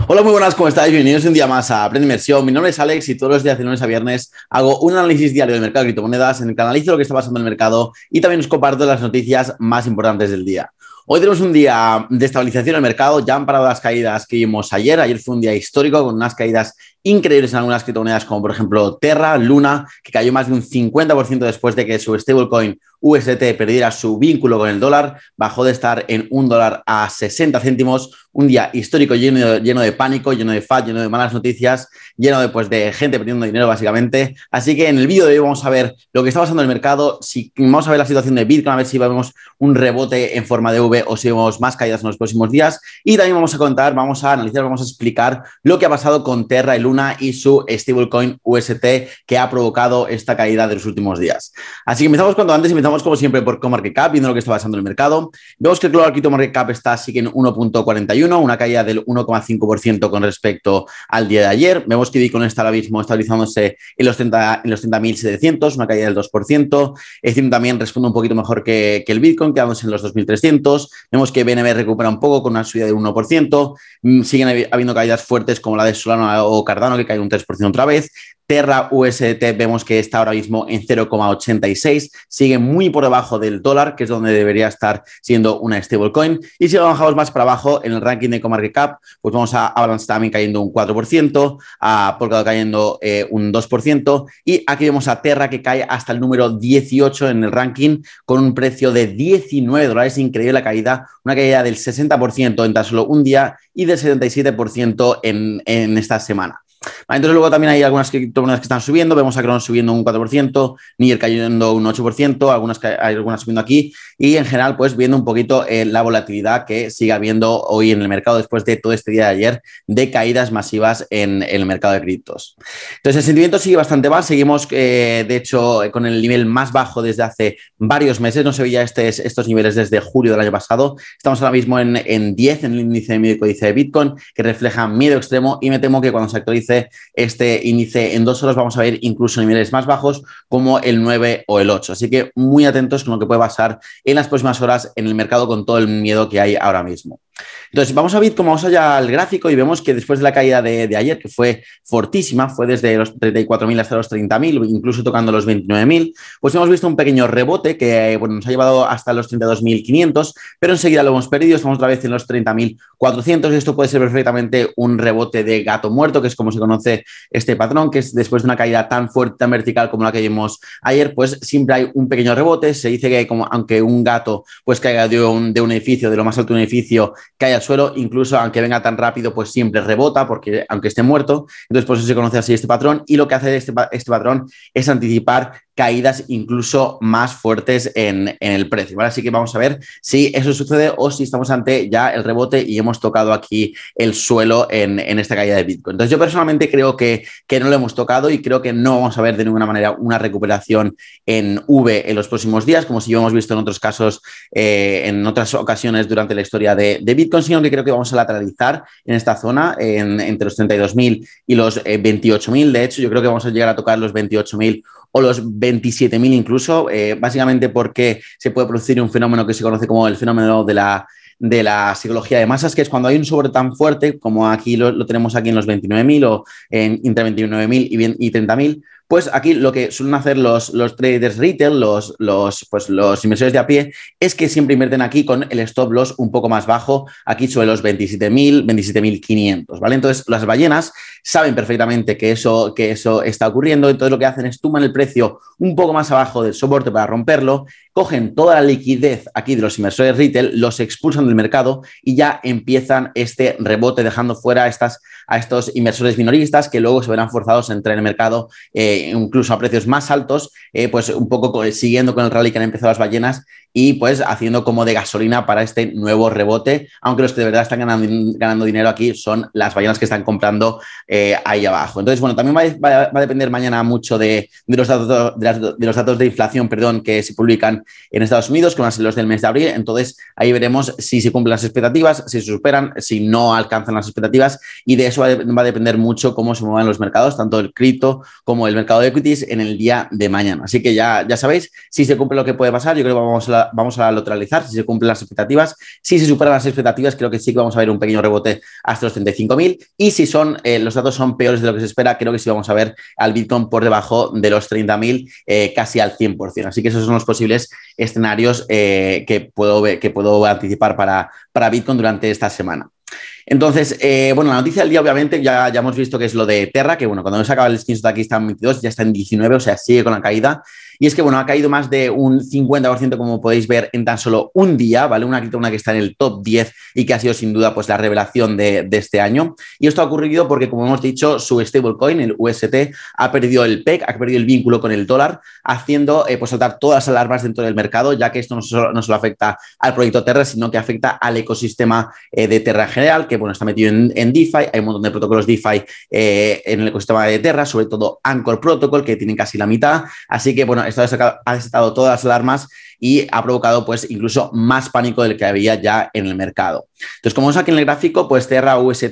Hola, muy buenas, ¿cómo estáis? Bienvenidos un día más a Aprende Inversión. Mi nombre es Alex y todos los días de lunes a viernes hago un análisis diario del mercado de criptomonedas en el que analizo lo que está pasando en el mercado y también os comparto las noticias más importantes del día. Hoy tenemos un día de estabilización en el mercado. Ya han parado las caídas que vimos ayer. Ayer fue un día histórico con unas caídas increíbles en algunas criptomonedas como por ejemplo Terra, Luna, que cayó más de un 50% después de que su stablecoin UST perdiera su vínculo con el dólar. Bajó de estar en $1 a 60 céntimos. Un día histórico lleno de pánico, lleno de FAD, lleno de malas noticias, lleno de gente perdiendo dinero básicamente. Así que en el vídeo de hoy vamos a ver lo que está pasando en el mercado, vamos a ver la situación de Bitcoin, a ver si vemos un rebote en forma de V o si vemos más caídas en los próximos días. Y también vamos a analizar, vamos a explicar lo que ha pasado con Terra y Luna y su stablecoin UST que ha provocado esta caída de los últimos días. Así que empezamos cuanto antes, empezamos como siempre por CoinMarketCap, viendo lo que está pasando en el mercado. Vemos que el Global Crypto Market Cap sigue en 1.41, una caída del 1,5% con respecto al día de ayer. Vemos que Bitcoin está ahora mismo estabilizándose en los 30.700, una caída del 2%. Ethereum también responde un poquito mejor que el Bitcoin, quedándose en los 2.300. Vemos que BNB recupera un poco con una subida del 1%. Siguen habiendo caídas fuertes como la de Solana o Cardano, que cae un 3% otra vez. Terra UST vemos que está ahora mismo en 0,86, sigue muy por debajo del dólar, que es donde debería estar siendo una stablecoin. Y si lo bajamos más para abajo en el ranking de CoinMarketCap, pues vamos a Avalanche también cayendo un 4%, a Polkadot cayendo un 2%, y aquí vemos a Terra que cae hasta el número 18 en el ranking con un precio de $19, increíble la caída, una caída del 60% en tan solo un día y del 77% en esta semana. Vale, entonces luego también hay algunas criptomonedas que están subiendo, vemos a Cron subiendo un 4%, Nier cayendo un 8%, hay algunas subiendo aquí y en general pues viendo un poquito la volatilidad que sigue habiendo hoy en el mercado después de todo este día de ayer de caídas masivas en el mercado de criptos. Entonces el sentimiento sigue bastante mal, seguimos de hecho con el nivel más bajo desde hace varios meses, no se veía estos niveles desde julio del año pasado, estamos ahora mismo en 10 en el índice de miedo códice de Bitcoin que refleja miedo extremo y me temo que cuando se actualice este índice en 2 horas vamos a ver incluso niveles más bajos como el 9 o el 8. Así que muy atentos con lo que puede pasar en las próximas horas en el mercado con todo el miedo que hay ahora mismo. Entonces, vamos a Bitcoin, vamos allá al gráfico y vemos que después de la caída de ayer, que fue fortísima, fue desde los 34.000 hasta los 30.000, incluso tocando los 29.000, pues hemos visto un pequeño rebote que nos ha llevado hasta los 32.500, pero enseguida lo hemos perdido, estamos otra vez en los 30.400 y esto puede ser perfectamente un rebote de gato muerto, que es como se conoce este patrón, que es después de una caída tan fuerte, tan vertical como la que vimos ayer, pues siempre hay un pequeño rebote. Se dice que aunque un gato pues caiga de un edificio, de lo más alto de un edificio, cae al suelo, incluso aunque venga tan rápido, pues siempre rebota, porque aunque esté muerto, entonces por eso se conoce así este patrón, y lo que hace este patrón es anticipar caídas incluso más fuertes en el precio, ¿vale? Así que vamos a ver si eso sucede o si estamos ante ya el rebote y hemos tocado aquí el suelo en esta caída de Bitcoin. Entonces yo personalmente creo que no lo hemos tocado y creo que no vamos a ver de ninguna manera una recuperación en V en los próximos días, como si ya hemos visto en otros casos, en otras ocasiones durante la historia de Bitcoin, sino que creo que vamos a lateralizar en esta zona entre los 32.000 y los 28.000. De hecho, yo creo que vamos a llegar a tocar los 28.000 o los 27.000 incluso, básicamente porque se puede producir un fenómeno que se conoce como el fenómeno de la psicología de masas, que es cuando hay un sobre tan fuerte como aquí lo tenemos aquí en los 29.000 o entre 29.000 y 30.000, pues aquí lo que suelen hacer los traders retail, los inversores de a pie, es que siempre invierten aquí con el stop loss un poco más bajo, aquí sobre los 27.000, 27.500, ¿vale? Entonces las ballenas saben perfectamente que eso está ocurriendo, entonces lo que hacen es tumban el precio un poco más abajo del soporte para romperlo, cogen toda la liquidez aquí de los inversores retail, los expulsan del mercado y ya empiezan este rebote dejando fuera a estos inversores minoristas que luego se verán forzados a entrar en el mercado incluso a precios más altos, pues un poco siguiendo con el rally que han empezado las ballenas y pues haciendo como de gasolina para este nuevo rebote, aunque los que de verdad están ganando dinero aquí son las ballenas que están comprando ahí abajo. Entonces, bueno, también va a depender mañana mucho de los datos de inflación, que se publican en Estados Unidos, que van a ser los del mes de abril. Entonces, ahí veremos si se cumplen las expectativas, si se superan, si no alcanzan las expectativas, y de eso va a depender mucho cómo se muevan los mercados, tanto el cripto como el mercado mercado de equities en el día de mañana. Así que ya sabéis, si se cumple lo que puede pasar, yo creo que vamos a lateralizar, si se cumplen las expectativas. Si se superan las expectativas, creo que sí que vamos a ver un pequeño rebote hasta los 35.000. Y si los datos son peores de lo que se espera, creo que sí vamos a ver al Bitcoin por debajo de los 30.000, casi al 100%. Así que esos son los posibles escenarios que puedo anticipar para Bitcoin durante esta semana. Entonces, bueno, la noticia del día, obviamente, ya hemos visto que es lo de Terra, que bueno, cuando nos acaba el screenshot aquí está en 22, ya está en 19, o sea, sigue con la caída. Y es que, bueno, ha caído más de un 50%, como podéis ver, en tan solo un día, ¿vale? Una criptomoneda que está en el top 10 y que ha sido, sin duda, pues la revelación de este año. Y esto ha ocurrido porque, como hemos dicho, su stablecoin, el UST, ha perdido el PEG, ha perdido el vínculo con el dólar, haciendo pues saltar todas las alarmas dentro del mercado, ya que esto no solo afecta al proyecto Terra, sino que afecta al ecosistema de Terra en general, que, bueno, está metido en DeFi. Hay un montón de protocolos DeFi en el ecosistema de Terra, sobre todo Anchor Protocol, que tienen casi la mitad. Así que, bueno, esto ha desatado todas las alarmas y ha provocado pues incluso más pánico del que había ya en el mercado. Entonces, como vemos aquí en el gráfico, pues Terra UST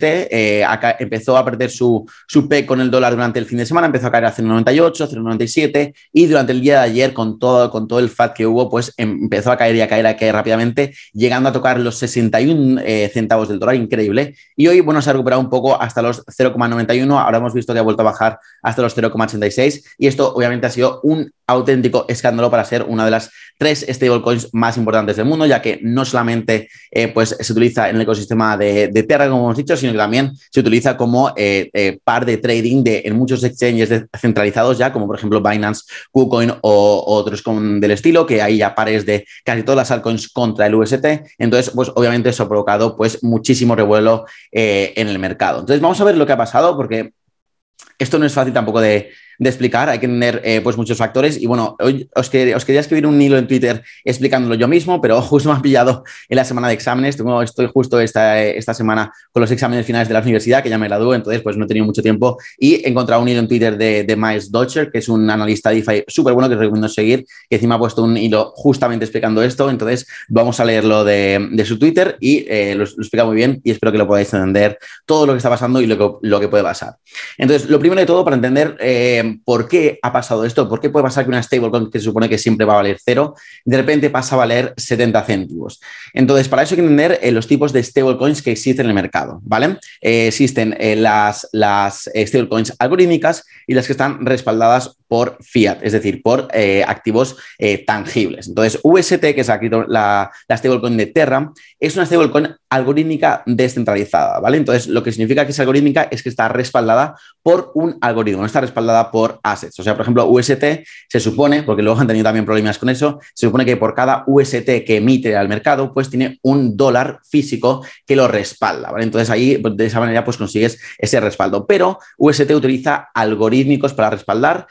empezó a perder su PEG con el dólar durante el fin de semana, empezó a caer a 0,98, 0,97 y durante el día de ayer con todo el FAT que hubo, pues empezó a caer rápidamente, llegando a tocar los 61 centavos del dólar, increíble. Y hoy, bueno, se ha recuperado un poco hasta los 0,91, ahora hemos visto que ha vuelto a bajar hasta los 0,86 y esto obviamente ha sido un auténtico escándalo para ser una de las 3 stablecoins más importantes del mundo, ya que no solamente pues se utiliza en el ecosistema de Terra, como hemos dicho, sino que también se utiliza como par de trading en muchos exchanges centralizados ya, como por ejemplo Binance, KuCoin o otros del estilo, que hay ya pares de casi todas las altcoins contra el UST. Entonces, pues obviamente eso ha provocado pues muchísimo revuelo en el mercado. Entonces, vamos a ver lo que ha pasado, porque esto no es fácil tampoco de explicar, hay que tener pues muchos factores y bueno, hoy os quería escribir un hilo en Twitter explicándolo yo mismo, pero justo me han pillado en la semana de exámenes. Estoy justo esta semana con los exámenes finales de la universidad, que ya me gradúo, entonces pues no he tenido mucho tiempo y he encontrado un hilo en Twitter de Miles Dodger, que es un analista DeFi súper bueno que os recomiendo seguir, que encima ha puesto un hilo justamente explicando esto. Entonces vamos a leerlo de su Twitter y lo explica muy bien y espero que lo podáis entender todo lo que está pasando y lo que puede pasar. Entonces, lo primero de todo, para entender por qué ha pasado esto, por qué puede pasar que una stablecoin que se supone que siempre va a valer 0, de repente pasa a valer 70 céntimos. Entonces, para eso hay que entender los tipos de stablecoins que existen en el mercado, ¿vale? Existen las stablecoins algorítmicas y las que están respaldadas por fiat, es decir, por activos tangibles. Entonces, UST, que es la stablecoin de Terra, es una stablecoin algorítmica descentralizada, ¿vale? Entonces, lo que significa que es algorítmica es que está respaldada por un algoritmo, no está respaldada por assets. O sea, por ejemplo, UST se supone, porque luego han tenido también problemas con eso, se supone que por cada UST que emite al mercado, pues tiene un dólar físico que lo respalda, ¿vale? Entonces, ahí, de esa manera, pues consigues ese respaldo. Pero UST utiliza algorítmicos para respaldar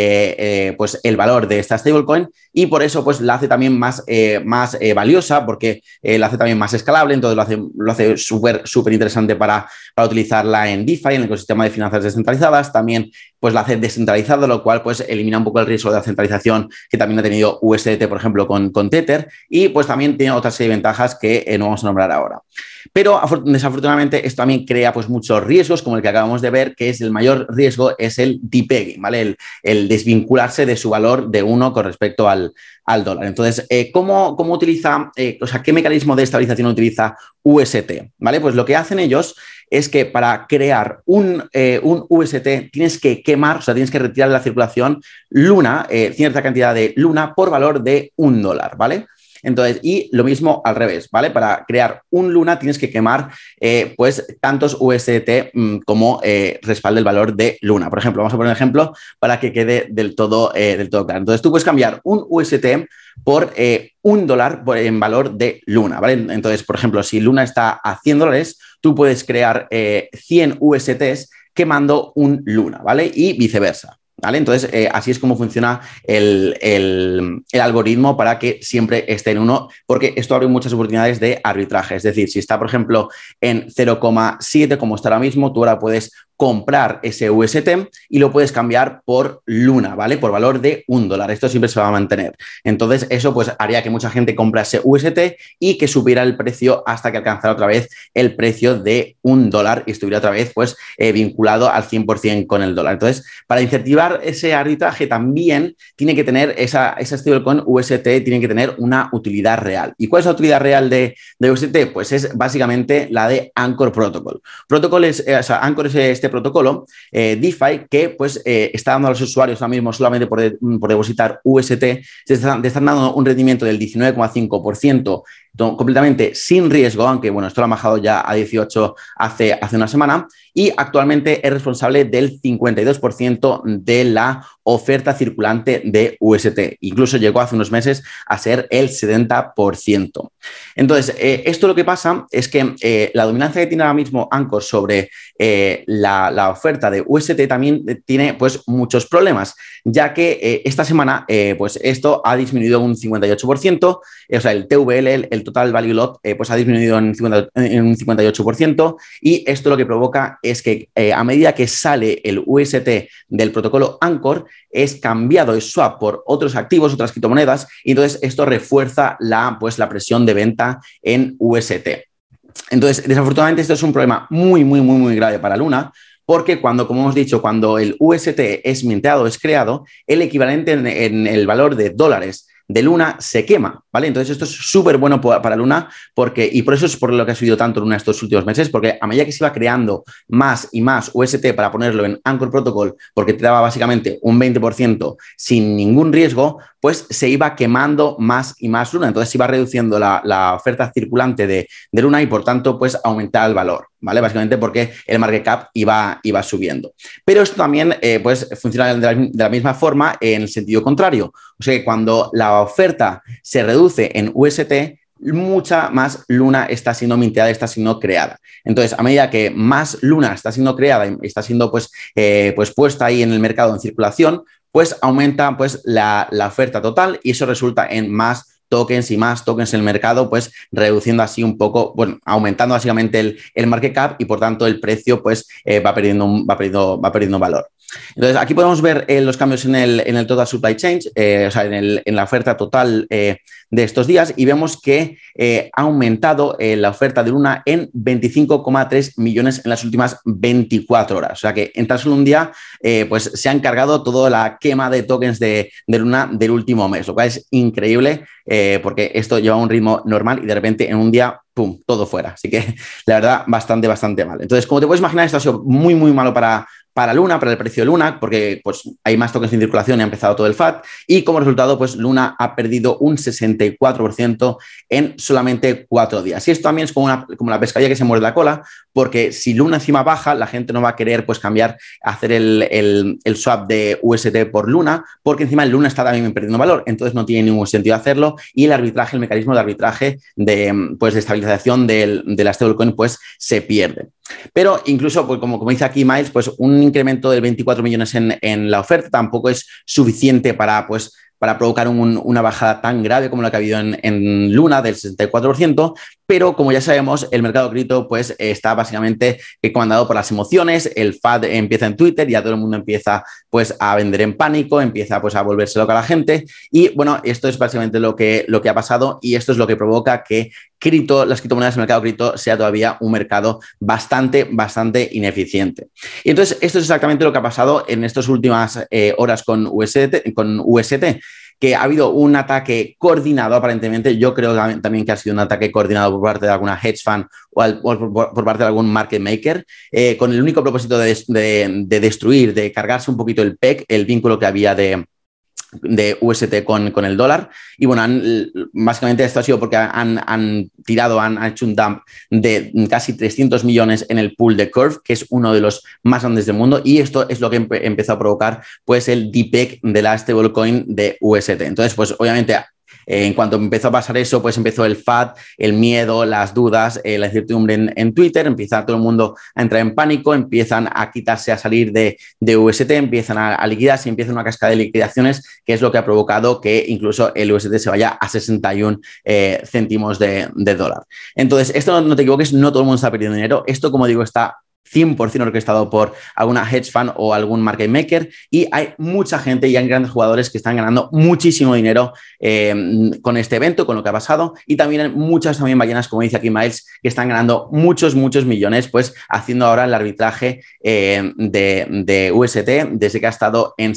pues el valor de esta stablecoin y por eso pues la hace también más valiosa, porque la hace también más escalable, entonces lo hace súper interesante para utilizarla en DeFi, en el ecosistema de finanzas descentralizadas. También pues la hace descentralizada, lo cual pues elimina un poco el riesgo de la centralización que también ha tenido USDT, por ejemplo, con Tether, y pues también tiene otras serie de ventajas que no vamos a nombrar ahora. Pero desafortunadamente esto también crea pues muchos riesgos, como el que acabamos de ver, que es el mayor riesgo es el depegging, ¿vale? El desvincularse de su valor de 1 con respecto al dólar. Entonces, ¿cómo utiliza, o sea, qué mecanismo de estabilización utiliza UST? ¿Vale? Pues lo que hacen ellos es que para crear un UST tienes que quemar, o sea, tienes que retirar de la circulación Luna, cierta cantidad de Luna por valor de $1, ¿vale? Entonces, y lo mismo al revés, ¿vale? Para crear un Luna tienes que quemar pues tantos USDT como respalde el valor de Luna. Por ejemplo, vamos a poner un ejemplo para que quede del todo claro. Entonces, tú puedes cambiar un UST por $1 en valor de Luna, ¿vale? Entonces, por ejemplo, si Luna está a $100, tú puedes crear 100 USTs quemando un Luna, ¿vale? Y viceversa. ¿Vale? Entonces, así es como funciona el algoritmo para que siempre esté en 1, porque esto abre muchas oportunidades de arbitraje. Es decir, si está, por ejemplo, en 0,7, como está ahora mismo, tú ahora puedes comprar ese UST y lo puedes cambiar por Luna, ¿vale? Por valor de $1. Esto siempre se va a mantener. Entonces, eso pues haría que mucha gente comprase UST y que subiera el precio hasta que alcanzara otra vez el precio de $1 y estuviera otra vez pues vinculado al 100% con el dólar. Entonces, para incentivar ese arbitraje también tiene que tener esa stablecoin UST, tiene que tener una utilidad real. ¿Y cuál es la utilidad real de UST? Pues es básicamente la de Anchor Protocol. Anchor es este protocolo DeFi que pues está dando a los usuarios ahora mismo solamente por depositar UST, te están dando un rendimiento del 19,5% completamente sin riesgo, aunque bueno, esto lo han bajado ya a 18 hace una semana, y actualmente es responsable del 52% de la oferta circulante de UST. Incluso llegó hace unos meses a ser el 70%. Entonces, esto lo que pasa es que la dominancia que tiene ahora mismo Anchor sobre la oferta de UST también tiene pues muchos problemas, ya que esta semana pues esto ha disminuido un 58%, o sea, el TVL, el Total Value Lot, pues ha disminuido en un 58%, y esto lo que provoca es que a medida que sale el UST del protocolo Anchor, es cambiado, es swap por otros activos, otras criptomonedas, y entonces esto refuerza la presión de venta en UST. Entonces, desafortunadamente, esto es un problema muy, muy, muy, muy grave para Luna, porque como hemos dicho, cuando el UST es minteado, es creado, el equivalente en el valor de dólares de Luna se quema, ¿vale? Entonces esto es súper bueno para Luna y por eso es por lo que ha subido tanto Luna estos últimos meses, porque a medida que se iba creando más y más UST para ponerlo en Anchor Protocol, porque te daba básicamente un 20% sin ningún riesgo, pues se iba quemando más y más Luna. Entonces se iba reduciendo la oferta circulante de Luna y por tanto pues aumentaba el valor, ¿vale? Básicamente porque el market cap iba subiendo. Pero esto también pues funciona de la misma forma en el sentido contrario. O sea que cuando la oferta se reduce en UST, mucha más Luna está siendo minteada, está siendo creada. Entonces, a medida que más Luna está siendo creada y está siendo pues puesta ahí en el mercado en circulación, pues aumenta pues la oferta total y eso resulta en más tokens y más tokens en el mercado, pues reduciendo así un poco, bueno, aumentando básicamente el market cap y por tanto el precio pues va perdiendo valor. Entonces, aquí podemos ver los cambios en el total supply chain, o sea, en la oferta total de estos días y vemos que ha aumentado la oferta de Luna en 25,3 millones en las últimas 24 horas. O sea que en tan solo un día pues se ha encargado toda la quema de tokens de Luna del último mes, lo cual es increíble porque esto lleva un ritmo normal y de repente en un día ¡pum!, todo fuera. Así que la verdad, bastante mal. Entonces, como te puedes imaginar, esto ha sido muy, muy malo para Luna, para el precio de Luna, porque pues, hay más tokens en circulación y ha empezado todo el FAT y como resultado pues Luna ha perdido un 64% en solamente 4 días. Y esto también es como la pescadilla que se muerde la cola, porque si Luna encima baja, la gente no va a querer pues cambiar, hacer el swap de UST por Luna, porque encima el Luna está también perdiendo valor, entonces no tiene ningún sentido hacerlo y el mecanismo de arbitraje de estabilización de la stablecoin pues se pierde. Pero incluso, pues, como dice aquí Miles, pues un incremento de 24 millones en la oferta tampoco es suficiente para provocar una bajada tan grave como la que ha habido en Luna del 64%, pero como ya sabemos, el mercado cripto pues, está básicamente comandado por las emociones, el FAD empieza en Twitter y ya todo el mundo empieza pues, a vender en pánico, empieza pues, a volverse loca la gente y bueno, esto es básicamente lo que ha pasado y esto es lo que provoca que las criptomonedas del mercado cripto sea todavía un mercado bastante ineficiente. Y entonces, esto es exactamente lo que ha pasado en estas últimas horas con UST, que ha habido un ataque coordinado, aparentemente. Yo creo también que ha sido un ataque coordinado por parte de alguna hedge fund o por parte de algún market maker, con el único propósito de destruir, de cargarse un poquito el PEG, el vínculo que había de UST con el dólar. Y bueno, básicamente esto ha sido porque han hecho un dump de casi 300 millones en el pool de Curve, que es uno de los más grandes del mundo, y esto es lo que empezó a provocar pues el DPEG de la stablecoin de UST. Entonces, pues obviamente en cuanto empezó a pasar eso, pues empezó el FAD, el miedo, las dudas, la incertidumbre en Twitter, empieza todo el mundo a entrar en pánico, empiezan a quitarse, a salir de UST, empiezan a liquidarse, empieza una cascada de liquidaciones, que es lo que ha provocado que incluso el UST se vaya a 61 céntimos de dólar. Entonces, esto no te equivoques, no todo el mundo está perdiendo dinero, esto, como digo, está 100% orquestado por alguna hedge fund o algún market maker, y hay mucha gente y hay grandes jugadores que están ganando muchísimo dinero con este evento, con lo que ha pasado, y también hay muchas también ballenas, como dice aquí Miles, que están ganando muchos millones, pues haciendo ahora el arbitraje de UST desde que ha estado en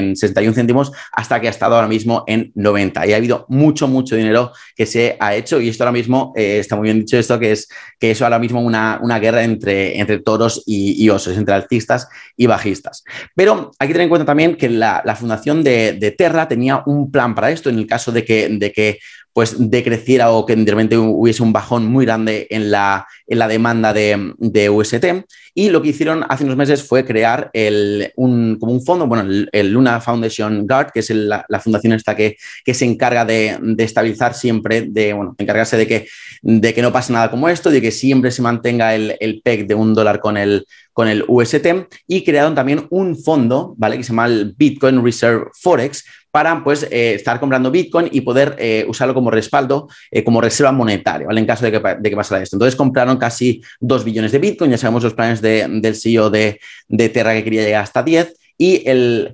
61 céntimos hasta que ha estado ahora mismo en 90. Y ha habido mucho dinero que se ha hecho, y esto ahora mismo está muy bien dicho esto, que es ahora mismo una guerra entre toros y osos, entre alcistas y bajistas. Pero hay que tener en cuenta también que la fundación de Terra tenía un plan para esto en el caso de que pues decreciera o que de repente hubiese un bajón muy grande en la demanda de UST. Y lo que hicieron hace unos meses fue crear como un fondo, bueno, el Luna Foundation Guard, que es la fundación esta que se encarga de estabilizar siempre, de encargarse de que no pase nada como esto, de que siempre se mantenga el PEG de $1 con el UST, y crearon también un fondo, ¿vale?, que se llama el Bitcoin Reserve Forex, para pues estar comprando Bitcoin y poder usarlo como respaldo, como reserva monetaria, ¿vale?, en caso de que pasara esto. Entonces compraron casi 2 billones de Bitcoin, ya sabemos los planes del CEO de Terra, que quería llegar hasta 10, y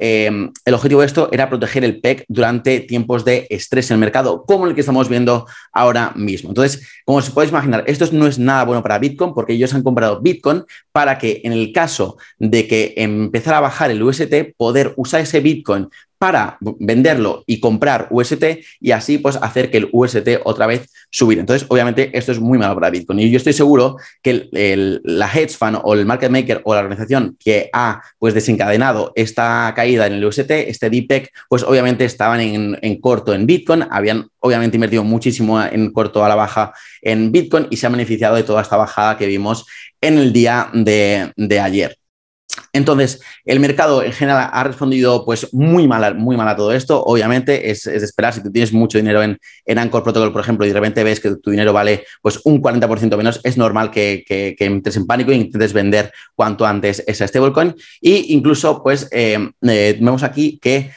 el objetivo de esto era proteger el PEG durante tiempos de estrés en el mercado, como el que estamos viendo ahora mismo. Entonces, como os podéis imaginar, esto no es nada bueno para Bitcoin, porque ellos han comprado Bitcoin para que en el caso de que empezara a bajar el UST, poder usar ese Bitcoin para venderlo y comprar UST, y así pues hacer que el UST otra vez subiera. Entonces, obviamente, esto es muy malo para Bitcoin. Y yo estoy seguro que la hedge fund o el market maker o la organización que ha pues desencadenado esta caída en el UST, este DPEG, pues obviamente estaban en corto en Bitcoin, habían obviamente invertido muchísimo en corto a la baja en Bitcoin y se han beneficiado de toda esta bajada que vimos en el día de ayer. Entonces, el mercado en general ha respondido pues muy mal a todo esto. Obviamente es de esperar. Si tú tienes mucho dinero en Anchor Protocol, por ejemplo, y de repente ves que tu dinero vale pues un 40% menos, es normal que entres en pánico e intentes vender cuanto antes esa stablecoin. Y incluso pues vemos aquí que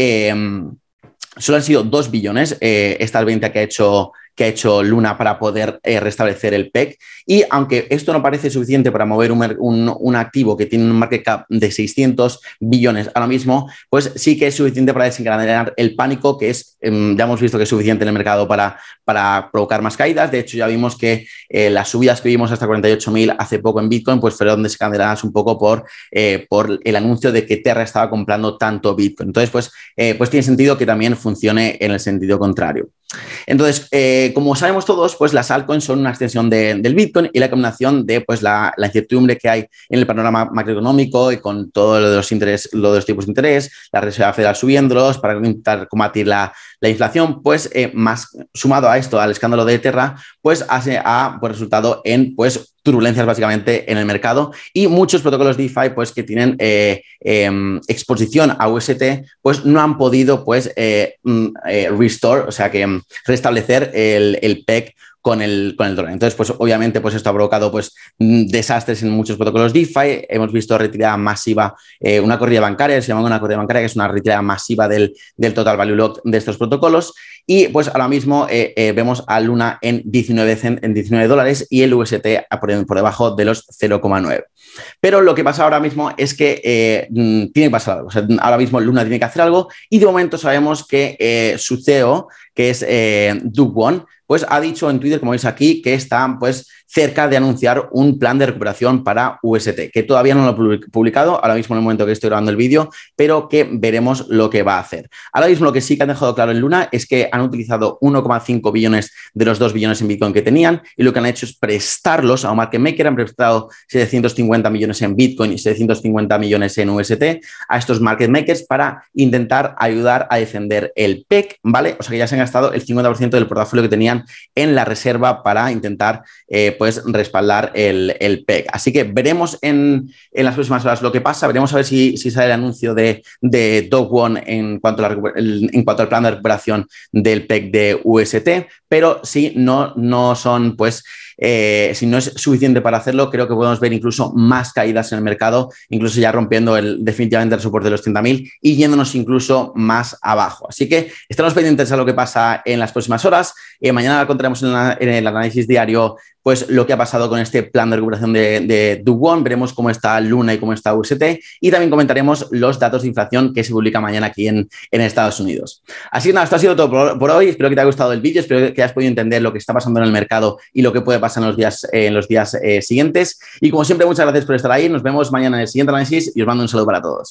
solo han sido 2 billones esta venta que ha hecho Luna para poder restablecer el PEG. Y aunque esto no parece suficiente para mover un activo que tiene un market cap de 600 billones ahora mismo, pues sí que es suficiente para desencadenar el pánico, que es, ya hemos visto que es suficiente en el mercado para provocar más caídas. De hecho, ya vimos que las subidas que vimos hasta 48.000 hace poco en Bitcoin, pues fueron desencadenadas un poco por el anuncio de que Terra estaba comprando tanto Bitcoin. Entonces, pues tiene sentido que también funcione en el sentido contrario. Entonces, como sabemos todos, pues las altcoins son una extensión del Bitcoin, y la combinación de pues la incertidumbre que hay en el panorama macroeconómico y con todo lo de los tipos de interés, la Reserva Federal subiéndolos para intentar combatir la inflación, pues más sumado a esto, al escándalo de Terra, pues ha pues, resultado en pues turbulencias básicamente en el mercado, y muchos protocolos DeFi pues que tienen exposición a UST pues no han podido pues restore, o sea que restablecer el PEG con el dólar. Entonces, pues obviamente pues esto ha provocado pues desastres en muchos protocolos DeFi. Hemos visto retirada masiva, una corrida bancaria, se llama una corrida bancaria, que es una retirada masiva del total value lock de estos protocolos. Y pues ahora mismo vemos a Luna en 19 dólares y el UST por debajo de los 0,9. Pero lo que pasa ahora mismo es que tiene que pasar algo. O sea, ahora mismo Luna tiene que hacer algo, y de momento sabemos que su CEO, que es Do Kwon, pues ha dicho en Twitter, como veis aquí, que está pues cerca de anunciar un plan de recuperación para UST, que todavía no lo ha publicado ahora mismo en el momento que estoy grabando el vídeo, pero que veremos lo que va a hacer. Ahora mismo lo que sí que han dejado claro en Luna es que han utilizado 1,5 billones de los 2 billones en Bitcoin que tenían, y lo que han hecho es prestarlos a un market maker. Han prestado 750 millones en Bitcoin y 750 millones en UST a estos market makers para intentar ayudar a defender el PEG, ¿vale? O sea que ya se han gastado el 50% del portafolio que tenían en la reserva para intentar pues respaldar el PEG. Así que veremos en las próximas horas lo que pasa. Veremos a ver si sale el anuncio de Do Kwon en cuanto al plan de recuperación del PEG de UST, pero sí no son pues si no es suficiente para hacerlo, creo que podemos ver incluso más caídas en el mercado, incluso ya rompiendo definitivamente el soporte de los 30.000 y yéndonos incluso más abajo. Así que estamos pendientes a lo que pasa en las próximas horas. Mañana contaremos en el análisis diario pues lo que ha pasado con este plan de recuperación de Do-Won, veremos cómo está Luna y cómo está UST y también comentaremos los datos de inflación que se publica mañana aquí en Estados Unidos. Así que nada, esto ha sido todo por hoy, espero que te haya gustado el vídeo, espero que hayas podido entender lo que está pasando en el mercado y lo que puede pasar en los días siguientes y como siempre muchas gracias por estar ahí, nos vemos mañana en el siguiente análisis y os mando un saludo para todos.